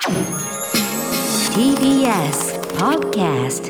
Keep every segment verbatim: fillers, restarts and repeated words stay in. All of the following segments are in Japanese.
ティービーエス Podcast。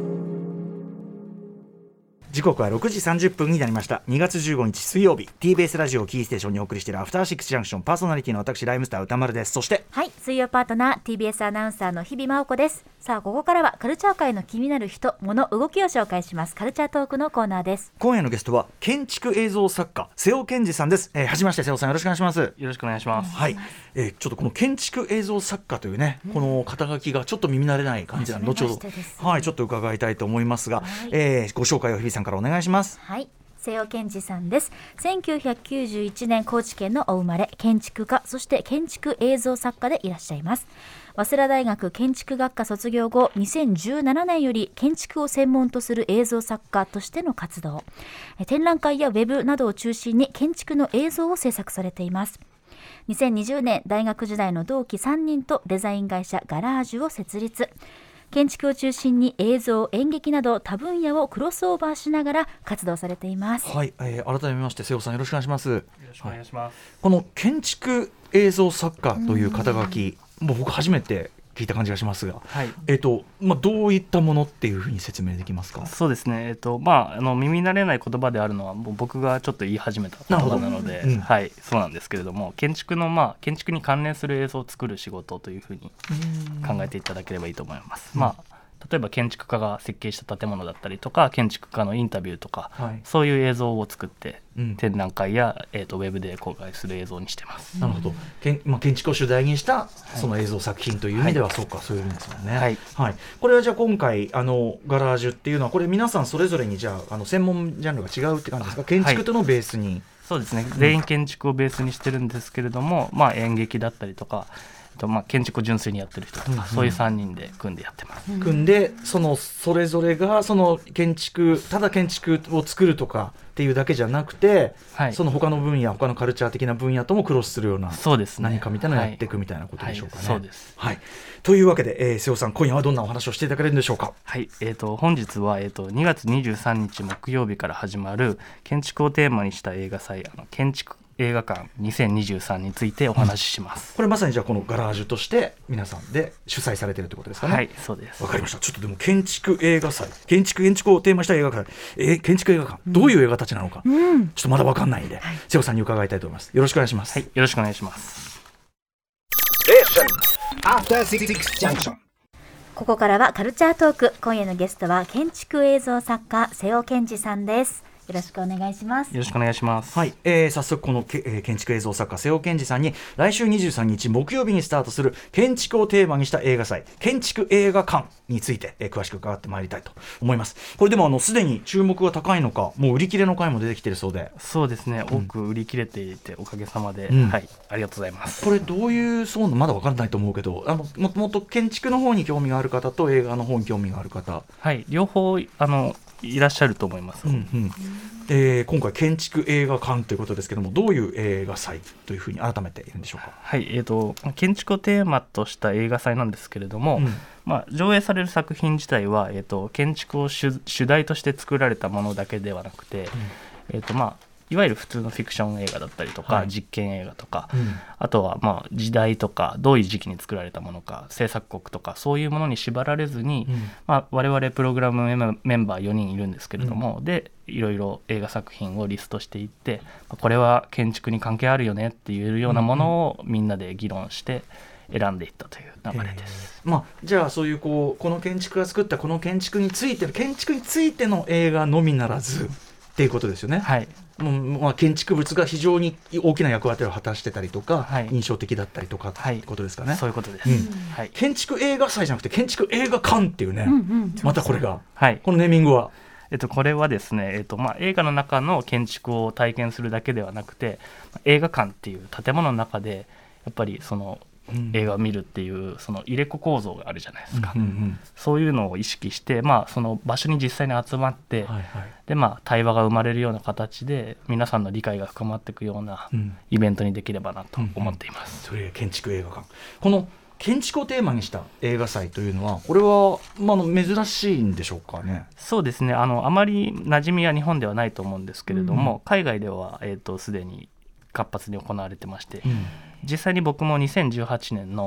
時刻はろくじさんじゅっぷんになりました。にがつじゅうごにち水曜日、 ティービーエス ラジオキーステーションにお送りしているアフターシックスジャンクション、パーソナリティの私ライムスター歌丸です。そしてはい、水曜パートナー ティービーエス アナウンサーの日々真央子です。さあ、ここからはカルチャー界の気になる人、物、動きを紹介します。カルチャートークのコーナーです。 今夜のゲストは建築映像作家瀬尾健二さんです。えー、はじめまして瀬尾さん、よろしくお願いします。 よろしくお願いします。 はい、えー、ちょっとこの建築映像作家というね、うん、この肩書きがちょっと耳慣れない感じなので、後ほど、はい、ちょっと伺いたいと思いますが、はい、えー、ご紹介を日々さんからお願いします。 はい、瀬尾健二さんです。せんきゅうひゃくきゅうじゅういちねん高知県のお生まれ、建築家、そして建築映像作家でいらっしゃいます。早稲田大学建築学科卒業後、にせんじゅうななねんより建築を専門とする映像作家としての活動、展覧会やウェブなどを中心に建築の映像を制作されています。にせんにじゅうねん、大学時代の同期さんにんとデザイン会社ガラージュを設立。建築を中心に映像、演劇など多分野をクロスオーバーしながら活動されています。 はい、えー、改めまして瀬尾さん、よろしくお願いします。よろしくお願いします。 はい、この建築映像作家という肩書き、もう僕初めて聞いた感じがしますが、はい、えーとまあ、どういったものっていうふうに説明できますか？ そうですね、えーとまあ、あの耳慣れない言葉であるのはもう僕がちょっと言い始めた言葉なので、うん、はい、そうなんですけれども、建築の、まあ、建築に関連する映像を作る仕事というふうに考えていただければいいと思います。まあ、例えば建築家が設計した建物だったりとか、建築家のインタビューとか、はい、そういう映像を作って、うん、展覧会や、えーと、ウェブで公開する映像にしてます。 なるほど。けん、まあ、建築を主題にしたその映像作品という意味では、はい、そうか、そういう意味ですもんね。はいはい、これはじゃあ今回あのガラージュっていうのは、これ皆さんそれぞれにじゃあ、あの専門ジャンルが違うって感じですか？建築とのベースに、はい、 そうですね、全員建築をベースにしてるんですけれども、まあ、演劇だったりとか、まあ、建築を純粋にやってる人とか、うんうん、そういうさんにんで組んでやってます。 組んで、そのそれぞれがその建築、ただ建築を作るとかっていうだけじゃなくて、はい、その他の分野、他のカルチャー的な分野ともクロスするような、 そうですね、 何かみたいなのをやっていくみたいなことでしょうかね。 はいはい、そうです、 はい、というわけで、えー、瀬尾さん、今夜はどんなお話をしていただけるんでしょうか？ はい、えー、と本日は、えー、とにがつにじゅうさんにち木曜日から始まる建築をテーマにした映画祭、あの建築映画館にせんにじゅうさんについてお話しします。 うん、これまさにじゃあこのガラージュとして皆さんで主催されているということですかね？ はい、そうです。 わかりました。ちょっとでも建築映画祭、建築建築をテーマした映画館、えー、建築映画館、うん、どういう映画たちなのか、うん、ちょっとまだわかんないんで、はい、瀬尾さんに伺いたいと思います。よろしくお願いします。 はい、よろしくお願いします。 ここからはカルチャートーク。今夜のゲストは建築映像作家瀬尾健二さんです。よろしくお願いします。 よろしくお願いします。 はい、えー、早速このけ、えー、建築映像作家瀬尾健二さんに来週にじゅうさんにち木曜日にスタートする建築をテーマにした映画祭、建築映画館について、えー、詳しく伺ってまいりたいと思います。これでもあのすでに注目が高いのか、もう売り切れの回も出てきているそうで。 そうですね、多く売り切れていておかげさまで、うん、はい、ありがとうございます。 これどういうそうまだ分からないと思うけど、あのもともと建築の方に興味がある方と映画の方に興味がある方、 はい、両方あのいらっしゃると思います。うんうん、 えー、今回建築映画館ということですけども、どういう映画祭というふうに改めて言うんでしょうか？ はい、えーと、建築をテーマとした映画祭なんですけれども、うん、まあ、上映される作品自体は、えーと、建築を 主, 主題として作られたものだけではなくて、うん、えーとまあいわゆる普通のフィクション映画だったりとか、はい、実験映画とか、うん、あとはまあ時代とかどういう時期に作られたものか、制作国とかそういうものに縛られずに、うん、まあ、我々プログラムメンバーよにんいるんですけれども、うん、でいろいろ映画作品をリストしていって、これは建築に関係あるよねっていうようなものをみんなで議論して選んでいったという流れです。 まあ、じゃあそういうこうこの建築が作ったこの建築について建築についての映画のみならずっていうことですよね。 はい、 もうまあ、建築物が非常に大きな役割を果たしてたりとか、はい、印象的だったりとかってことですかね。はい、 そういうことです。うん、はい、 建築映画祭じゃなくて建築映画館っていうね、うんうん、またこれが、 はい、 このネーミングは、 えっと、これはですね、えっとまあ、映画の中の建築を体験するだけではなくて、映画館っていう建物の中でやっぱりそのうん、映画を見るっていうその入れ子構造があるじゃないですか、うんうんうん、そういうのを意識して、まあ、その場所に実際に集まって、はいはい、でまあ、対話が生まれるような形で皆さんの理解が深まっていくようなイベントにできればなと思っています。 うんうん、それ建築映画館、この建築をテーマにした映画祭というのはこれは、まあ、珍しいんでしょうかね？ そうですね、あのあまり馴染みは日本ではないと思うんですけれども、うん、海外では、えーと、すでに活発に行われてまして、うん、実際に僕もにせんじゅうはちねんの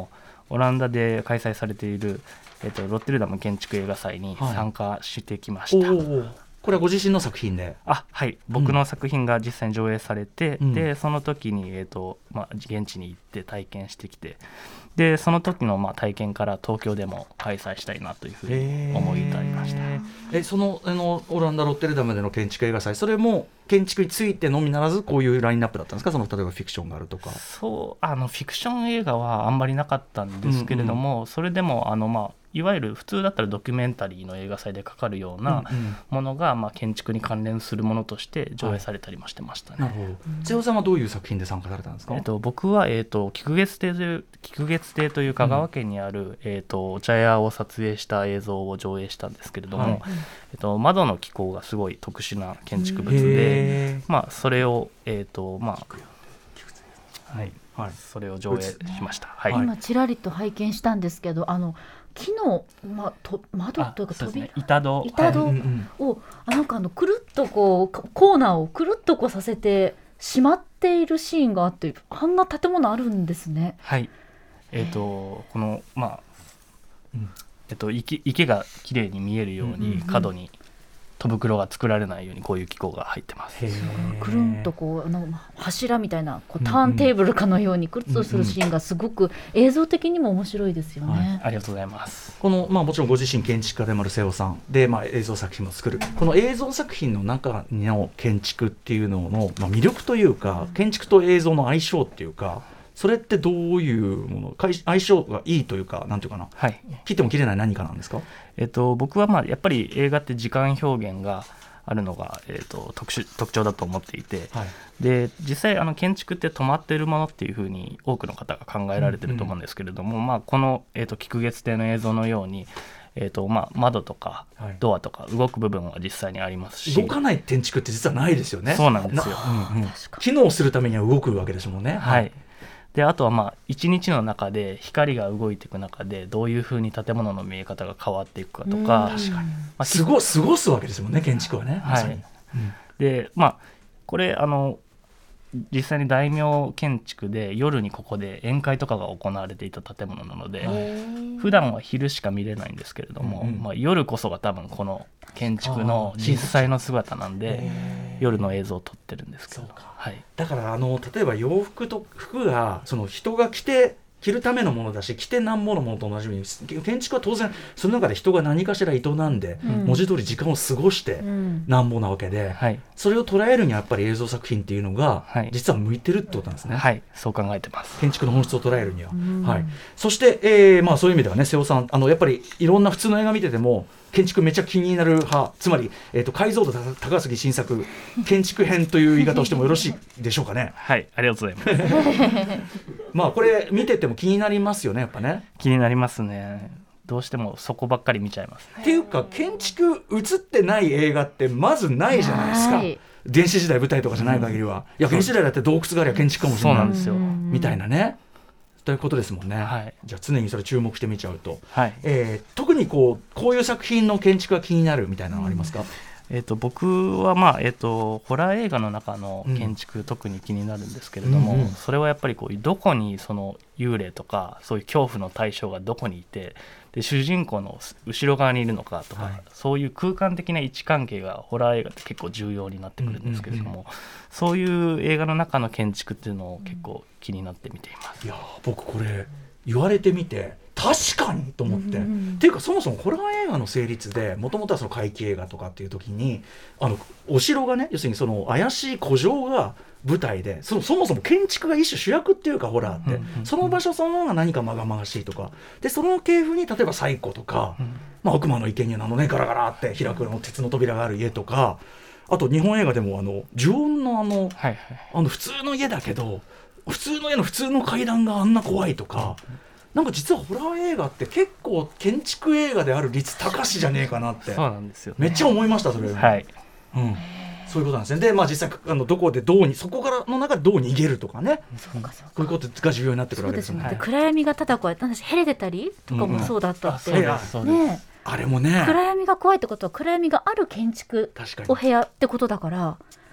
オランダで開催されている、えー、とロッテルダム建築映画祭に参加してきました、 はい、おーこれはご自身の作品で？ あはい僕の作品が実際に上映されて、うん、でその時に、えーとまあ、現地に行って体験してきて、でその時のまあ体験から東京でも開催したいなというふうに思い至りました。 えそのあのオランダロッテルダムでの建築映画祭、それも建築についてのみならずこういうラインナップだったんですか？その例えばフィクションがあるとか。 そうあのフィクション映画はあんまりなかったんですけれども、うんうん、それでもあの、まあ、いわゆる普通だったらドキュメンタリーの映画祭でかかるようなものが、うんうんまあ、建築に関連するものとして上映されたりもしてましたね。 なるほど。瀬尾さんはどういう作品で参加されたんですか？ えっと、僕は、えっと、菊月亭という菊月亭という香川県にある、うんえっと、お茶屋を撮影した映像を上映したんですけれども、はいえっと、窓の機構がすごい特殊な建築物で、まあ、それを、えっとまあはいはい、それを上映しました、はい、 今ちらりと拝見したんですけど、あの木の、ま、と窓というか扉、 ね、板戸板戸を、はい、あなんかあのくるっとこうコーナーをくるっとこうさせてしまっているシーンがあって、あんな建物あるんですね。 はいえー、とこのまあ、うんえー、と 池, 池がきれいに見えるように角に戸袋が作られないようにこういう機構が入ってます。 くるんとこうあの柱みたいなこうターンテーブルかのようにくるっとするシーンがすごく映像的にも面白いですよね、はい、 ありがとうございます。 この、まあ、もちろんご自身建築家でもある瀬尾さんで、まあ、映像作品も作る、この映像作品の中の建築っていうのの、まあ、魅力というか建築と映像の相性っていうか、それってどういうもの、相性がいいというか、なんていうかな、はい、切っても切れない何かなんですか？ えっと、僕はまあやっぱり映画って時間表現があるのが、えー、と 特, 殊特徴だと思っていて、はい、で実際あの建築って止まっているものっていうふうに多くの方が考えられていると思うんですけれども、うんうんまあ、この、えー、と菊月亭の映像のように、えーとまあ、窓とかドアとか動く部分は実際にありますし、 動かない建築って実はないですよね。 そうなんですよ、 うんうん、機能するためには動くわけですもんね。 はい、はいであとはまあいちにちの中で光が動いていく中でどういうふうに建物の見え方が変わっていくかとか、 確かに、まあ、過ご過ごすわけですもんね建築はね。 はい、うん、でまあこれあの実際に大名建築で夜にここで宴会とかが行われていた建物なので、普段は昼しか見れないんですけれども、うんうんまあ、夜こそが多分この建築の実際の姿なんで夜の映像を撮ってるんですけど、はい、 だからあの例えば洋服と服がその人が着て着るためのものだし着てなんぼのものと同じように建築は当然その中で人が何かしら営んで、うん、文字通り時間を過ごしてなんぼなわけで、うんはい、それを捉えるにはやっぱり映像作品っていうのが実は向いてるってことなんですね。 はい、はい、そう考えてます。 建築の本質を捉えるには、うんはい、そして、えーまあ、そういう意味ではね瀬尾さんあのやっぱりいろんな普通の映画見てても建築めっちゃ気になる派、つまり、えーと、解像度高杉晋作建築編という言い方をしてもよろしいでしょうかね。 はいありがとうございますまあこれ見てても気になりますよね。やっぱね気になりますね。どうしてもそこばっかり見ちゃいます、ね、 っていうか建築映ってない映画ってまずないじゃないですか。原始時代舞台とかじゃない限りは、うん、いや原始時代だって洞窟がありゃ建築かもしれない。そうなんですよみたいなねということですもんね、はい、じゃあ常にそれ注目してみちゃうと、はいえー、特にこうこういう作品の建築が気になるみたいなのはありますか？うんえー、と僕は、まあえー、とホラー映画の中の建築、うん、特に気になるんですけれども、うんうん、それはやっぱりこうどこにその幽霊とかそういう恐怖の対象がどこにいてで主人公の後ろ側にいるのかとか、はい、そういう空間的な位置関係がホラー映画って結構重要になってくるんですけれども、うんうんうん、そういう映画の中の建築っていうのを結構気になって見ています。 いや僕これ言われてみて確かにと思って、うんうん、っていうかそもそもホラー映画の成立でもともとはその怪奇映画とかっていう時にあのお城がね要するにその怪しい古城が舞台で そ, そもそも建築が一種主役っていうかホラーって、うんうんうん、その場所そのものが何かまがまがしいとかでその系譜に例えば西湖とか、うんまあ、悪魔の生贄なのねガラガラって開くの鉄の扉がある家とかあと日本映画でもあの呪怨のあの、はいはい、あの普通の家だけど普通の家の普通の階段があんな怖いとか、うんなんか実はホラー映画って結構建築映画である率高しじゃねえかなってそうなんですよ、ね、 めっちゃ思いましたそれ、 はいうん、そういうことなんですね。で、まあ、実際あのどこでどうにそこからの中でどう逃げるとかねそうかそうかこういうことが重要になってくるわけですよね。 そうですね。で暗闇がただこう私ヘレてたりとかもそうだったって、うんうん、あそうです、ね、 あれもね暗闇が怖いってことは暗闇がある建築お部屋ってことだから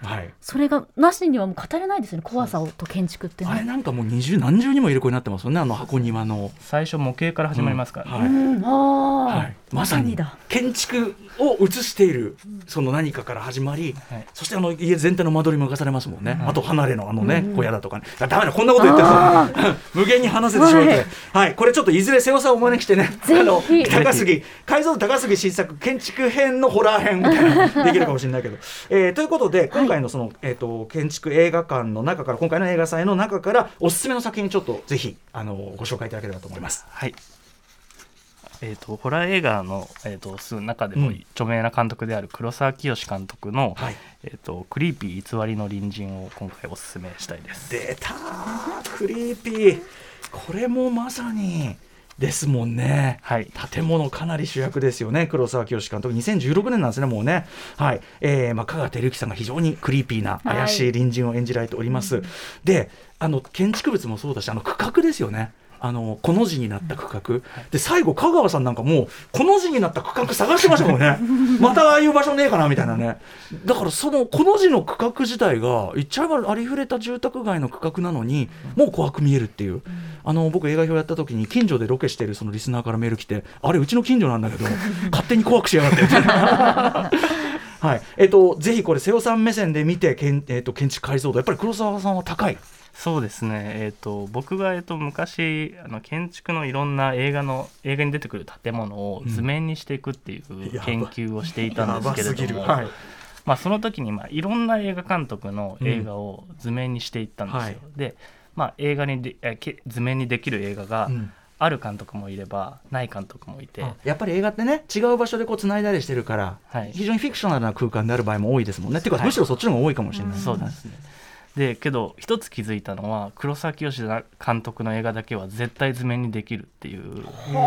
はい、 それがなしにはもう語れないですよね、怖さをと建築ってね。 あれなんかもう二重何重にも入れ子になってますよね、あの箱庭の最初模型から始まりますからね、 うん、あはい、まさに建築を映しているその何かから始まり、はい、そしてあの家全体の間取りも任されますもんね、はい、あと離れのあのね、うん、小屋だとかね、ダメだこんなこと言ってると無限に話せてしまうので、はいはい、これちょっといずれ瀬尾さんをお招きしてね、あの高杉解像度高杉新作建築編のホラー編みたいなできるかもしれないけど、えー、ということで今回のその、はい、えー、と建築映画館の中から今回の映画祭の中からおすすめの作品ちょっとぜひあのご紹介いただければと思います。 はい、えー、とホラー映画の、えー、と中でも著名な監督である黒沢清監督の、はい、えー、とクリーピー偽りの隣人を今回おすすめしたいです。 出たークリーピー、これもまさにですもんね、はい、建物かなり主役ですよね、黒沢清監督にせんじゅうろくねんなんですねもうね、はい、えーまあ、香川照之さんが非常にクリーピーな怪しい隣人を演じられております、はい、であの建築物もそうだしあの区画ですよね、あのこの字になった区画で最後香川さんなんかもうこの字になった区画探してましたもんねまたああいう場所ねえかなみたいなね、だからそのこの字の区画自体が言っちゃえばありふれた住宅街の区画なのにもう怖く見えるっていう、あの僕映画表やった時に近所でロケしてるそのリスナーからメール来て、あれうちの近所なんだけど勝手に怖くしやがってみたいなはい、えっとぜひこれ瀬尾さん目線で見てけん、えっと、建築解像度やっぱり黒沢さんは高い。 そうですね、えー、と僕が、えー、と昔あの建築のいろんな映画の映画に出てくる建物を図面にしていくっていう研究をしていたんですけれども、はい、まあ、その時に、まあ、いろんな映画監督の映画を図面にしていったんですよ、うん、はい、で、まあ、映画にでえ図面にできる映画が、うん、ある監督もいればない監督もいて、 やっぱり映画ってね違う場所でこう繋いだりしてるから、はい、非常にフィクショナルな空間である場合も多いですもんね、っていうか、はい、むしろそっちの方が多いかもしれない、うん、 そうですね。でけど一つ気づいたのは黒沢清監督の映画だけは絶対図面にできるっていう。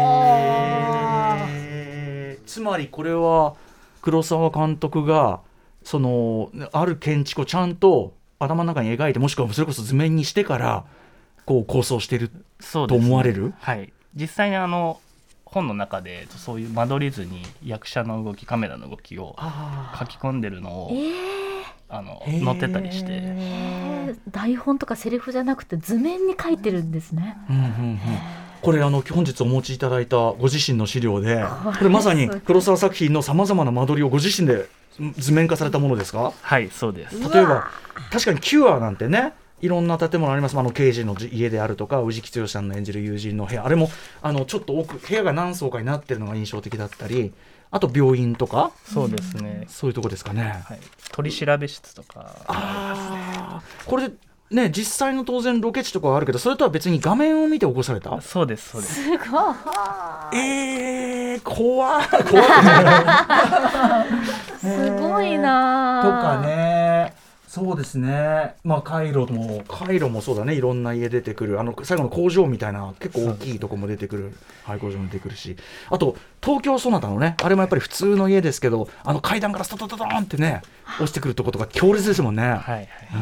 へー、つまりこれは黒沢監督がそのある建築をちゃんと頭の中に描いて、もしくはそれこそ図面にしてからこう構想していると思われる、ね、 はい、実際にあの本の中でそういう間取り図に役者の動きカメラの動きを書き込んでるのを、えーあの載ってたりして、 台本とかセリフじゃなくて図面に書いてるんですね、うんうんうん、 これあの本日お持ちいただいたご自身の資料で、これまさに黒沢作品のさまざまな間取りをご自身で図面化されたものですか？ はい、そうです。 例えば確かにキュアなんてねいろんな建物あります。あの刑事の家であるとか氏木剛さんの演じる友人の部屋、あれもあのちょっと奥部屋が何層かになってるのが印象的だったり、あと病院とか、 そうですね、 そういうとこですかね、 はい、取り調べ室とかあ、これね実際の当然ロケ地とかはあるけど、それとは別に画面を見て起こされた？ そうですそうです。 すごい、 えー、怖い怖いすごいなとかね、そうですね、まあカイロもカイロもそうだね、いろんな家出てくる、あの最後の工場みたいな結構大きいとこも出てくる、はい、工場も出てくるし、あと東京ソナタのね、あれもやっぱり普通の家ですけど、あの階段からストトトトーンってね落ちてくるとことか強烈ですもんね、はいはい、うん、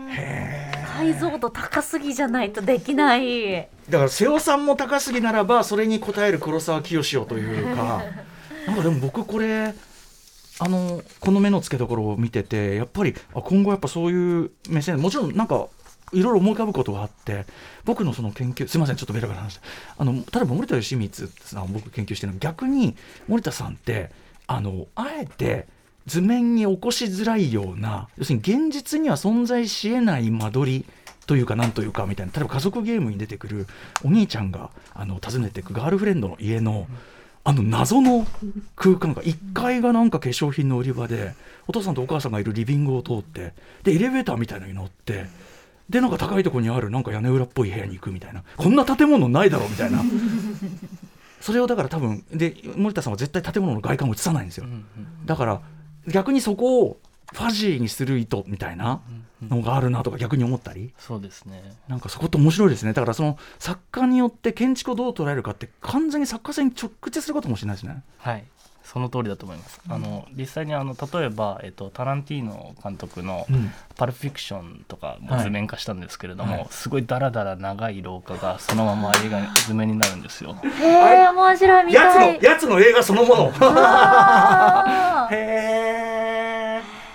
へー、解像度高すぎじゃないとできない。 だから瀬尾さんも高すぎならばそれに応える黒沢清をというかなんかでも僕これあのこの目の付けどころを見てて、やっぱりあ今後やっぱそういう目線、もちろんなんかいろいろ思い浮かぶことがあって、僕のその研究、すいませんちょっとベラベラ話して、あの例えば森田義満さんを僕研究してるの、逆に森田さんってあのあえて図面に起こしづらいような、要するに現実には存在しえない間取りというかなんというかみたいな、例えば家族ゲームに出てくるお兄ちゃんがあの訪ねていくガールフレンドの家の、うん、あの謎の空間がいっかいがなんか化粧品の売り場で、お父さんとお母さんがいるリビングを通って、でエレベーターみたいなのに乗って、でなんか高いところにあるなんか屋根裏っぽい部屋に行くみたいな、こんな建物ないだろうみたいなそれをだから多分で森田さんは絶対建物の外観を映さないんですよ。だから逆にそこをファジーにする意図みたいなのがあるなとか逆に思ったり、 そうですね、 なんかそこって面白いですね。だからその作家によって建築をどう捉えるかって完全に作家性に直結することもしれないですね。 はい、その通りだと思います。あの実際にあの例えば、えっと、タランティーノ監督のパルプフィクションとかも図面化したんですけれども、はいはい、すごいダラダラ長い廊下がそのまま映画図面になるんですよ。 へー、面白い、見たい。 やつの、やつの映画そのものへー、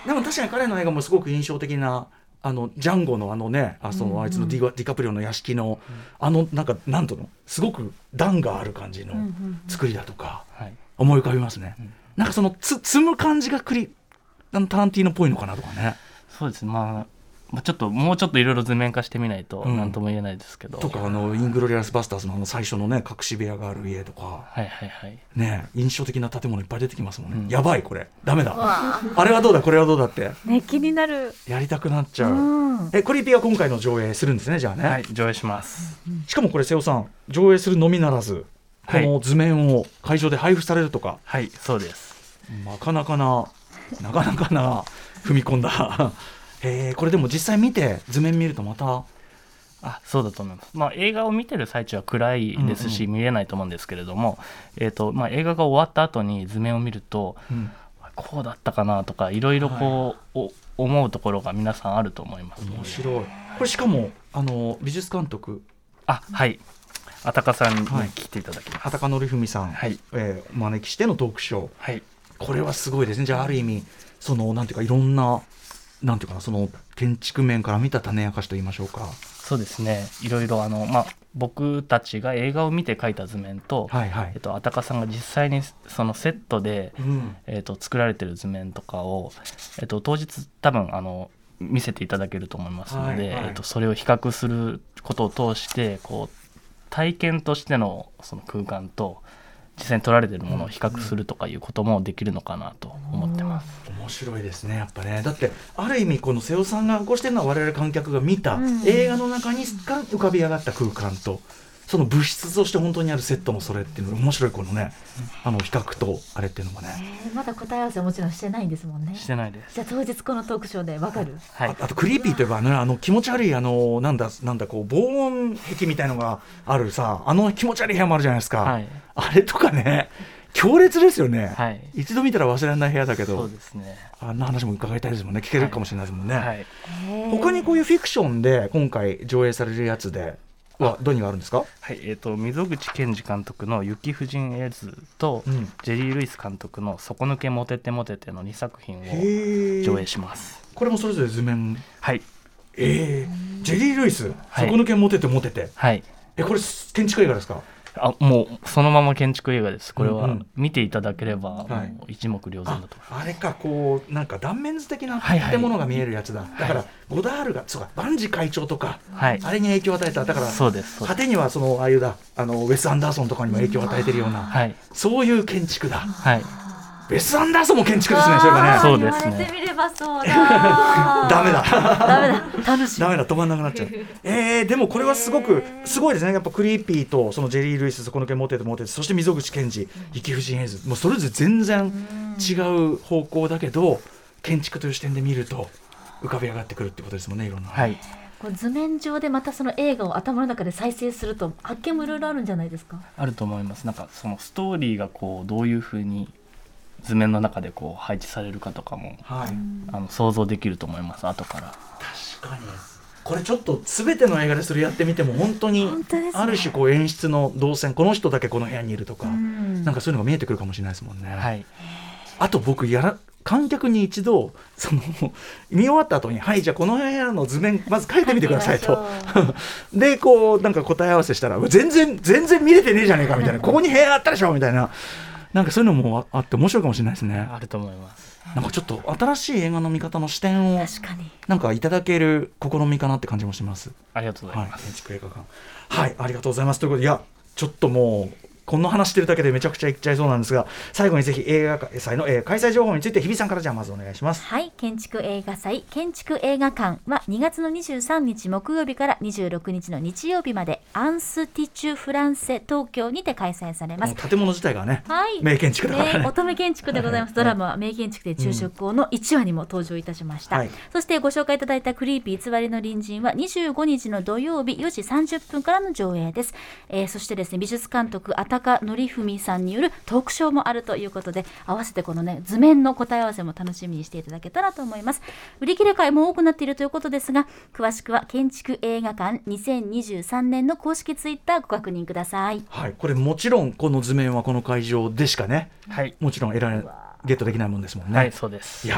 でも確かに彼の映画もすごく印象的な、あのジャンゴのあのね、あそのあいつのディガ、ディカプリオの屋敷の、うん、あのなんかなんとのすごく段がある感じの作りだとか、うんうんうん、思い浮かびますね、うん、なんかそのつ積む感じがクリあのタランティーノっぽいのかなとかね。 そうですね、まあまあ、ちょっともうちょっといろいろ図面化してみないと何とも言えないですけど、 うん、とかあのイングロリアスバスターズのあの最初のね隠し部屋がある家とか、 はいはいはい、 ね、印象的な建物いっぱい出てきますもんね、うん、やばいこれダメだあれはどうだこれはどうだって、 ね、気になる、 やりたくなっちゃう、 うん、 えクリーピーは今回の上映するんですね。じゃあね、 はい、上映します。 しかもこれ瀬尾さん上映するのみならずこの図面を会場で配布されるとか、 はい、はい、そうです。 なかなかななかなかな踏み込んだえー、これでも実際見て図面見るとまたあそうだと思います、まあ、映画を見てる最中は暗いですし、うんうん、見れないと思うんですけれども、えーとまあ、映画が終わった後に図面を見ると、うん、こうだったかなとかいろいろこう、はい、思うところが皆さんあると思います。 面白い。これしかもあの美術監督あはいあたかさんに来ていただきます。 畑中典文さん、はいえー、お招きしてのトークショー、はい、これはすごいですね。じゃあある意味そのなんていうかいろんななんていうかなその建築面から見た種明かしと言いましょうか。 そうですね、いろいろあの、まあ、僕たちが映画を見て描いた図面と、はいはいえっと、あたかさんが実際にそのセットで、うんえっと、作られてる図面とかを、えっと、当日多分あの見せていただけると思いますので、はいはいえっと、それを比較することを通してこう体験としてのその空間と実際に撮られているものを比較するとかいうこともできるのかなと思ってます。 面白いですねやっぱね。だってある意味この瀬尾さんが起こしてるのは我々観客が見た、うん、映画の中に浮かび上がった空間とその物質として本当にあるセットのそれっていうのが面白いこのねあの比較とあれっていうのもね、 えー、まだ答え合わせはもちろんしてないんですもんね。 してないです。 じゃあ当日このトークショーでわかる、 はい、あ, あとクリーピーといえば、ね、あの気持ち悪いあのなんだなんだこう防音壁みたいのがあるさあの気持ち悪い部屋もあるじゃないですか、はい、あれとかね強烈ですよね、はい、一度見たら忘れられない部屋だけどそうですね、 あんな話も伺いたいですもんね。聞けるかもしれないですもんね、はいはい、 他にこういうフィクションで今回上映されるやつではどうにがあるんですか。 はいえー、と溝口健二監督の雪婦人絵図と、うん、ジェリー・ルイス監督の底抜けモテてモテてのにさく品を上映します。 これもそれぞれ図面はいえー、ジェリー・ルイス、はい、底抜けモテてモテて、はい、えこれ建築映画ですか。 あもうそのまま建築映画です。これは見ていただければ、うんうん、一目瞭然だと思います。 あ, あれかこうなんか断面図的な建物が見えるやつだ、はいはい、だから、はい、ゴダールがそうかバンジ会長とか、はい、あれに影響を与えただからそうです果てにはそのああいうだあのウェス・アンダーソンとかにも影響を与えているような、はい、そういう建築だ、はいウェス・アンダーソンも建築ですね。それがねそうですね。 言われてみればそうだダメだダメだ楽しいダメだ止まんなくなっちゃうえー、でもこれはすごくすごいですね。やっぱクリーピーとそのジェリー・ルイス底抜けモテてモテてそして溝口健二雪婦人絵図もうそれぞれ全然違う方向だけど建築という視点で見ると浮かび上がってくるってことですもんね。いろんな、はい、 こう図面上でまたその映画を頭の中で再生すると発見もいろいろあるんじゃないですか。 あると思います。なんかそのストーリーがこうどういうふうに図面の中でこう配置されるかとかも、はい、あの想像できると思います後から。 確かにこれちょっと全ての映画でそれやってみても本当にある種こう演出の動線この人だけこの部屋にいるとか、うん、なんかそういうのが見えてくるかもしれないですもんね、はい、あと僕やら観客に一度その見終わった後にはいじゃあこの部屋の図面まず描いてみてくださいとでこうなんか答え合わせしたら全然全然見れてねえじゃねえかみたいなここに部屋あったでしょみたいななんかそういうのもあって面白いかもしれないですね。 あると思います。 なんかちょっと新しい映画の見方の視点をなんかいただける試みかなって感じもします。 ありがとうございます。 はい、建築映画館はいありがとうございますということでいやちょっともうこの話してるだけでめちゃくちゃいっちゃいそうなんですが最後にぜひ映画祭の、えー、開催情報について日比さんからじゃあまずお願いします。 はい建築映画祭建築映画館はにがつのにじゅうさんにち木曜日からにじゅうろくにちの日曜日までアンスティチュフランセ東京にて開催されます。 建物自体がね、はい、名建築だからね、 ね、乙女建築でございます。ドラマは名建築で昼食校のいちわにも登場いたしました、うん、そしてご紹介いただいたクリーピー偽りの隣人はにじゅうごにちの土曜日よじさんじゅっぷんからの上映です、えー、そしてですね美術監督あたかのりふみさんによるトークショーもあるということで合わせてこのね図面の答え合わせも楽しみにしていただけたらと思います。売り切れ会も多くなっているということですが詳しくは建築映画館にせんにじゅうさんねんの公式ツイッターご確認ください。 はいこれもちろんこの図面はこの会場でしかね、はい、もちろん得られゲットできないもんですもんね。 はいそうです。 いや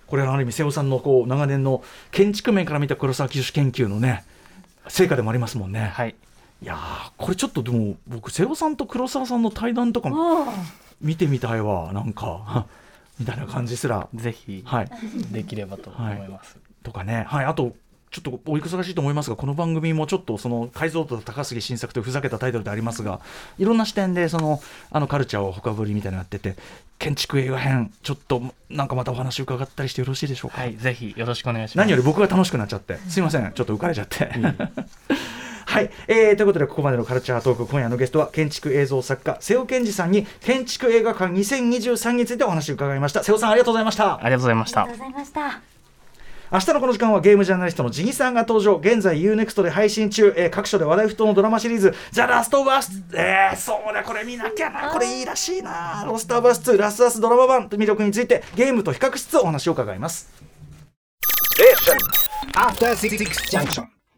これはある意味瀬尾さんのこう長年の建築面から見た黒沢清研究のね成果でもありますもんね。 はい、 いやこれちょっとでも僕瀬尾さんと黒沢さんの対談とかも見てみたいわなんかみたいな感じすらぜひ、 はい、 できればと思います、 はい、とかね、はい、あとちょっとお忙しいと思いますがこの番組もちょっとその解像度高杉晋作というふざけたタイトルでありますがいろんな視点でそのあのカルチャーを深掘りみたいなのやってて建築映画編ちょっとなんかまたお話伺ったりしてよろしいでしょうか。 はい、ぜひよろしくお願いします。 何より僕が楽しくなっちゃってすいませんちょっと浮かれちゃってはい、えー、ということでここまでのカルチャートーク今夜のゲストは建築映像作家瀬尾健二さんに建築映画館にせんにじゅうさんについてお話を伺いました。瀬尾さんありがとうございました。 ありがとうございました。 ありがとうございました。 明日のこの時間はゲームジャーナリストのジギさんが登場。現在 ユーネクスト で配信中、えー、各所で話題沸騰のドラマシリーズザ・ラストオブアス、えー、そうだこれ見なきゃなこれいいらしいなロストオブアスツーラストアスドラマ版魅力についてゲームと比較しつつお話を伺います。 After Six Junction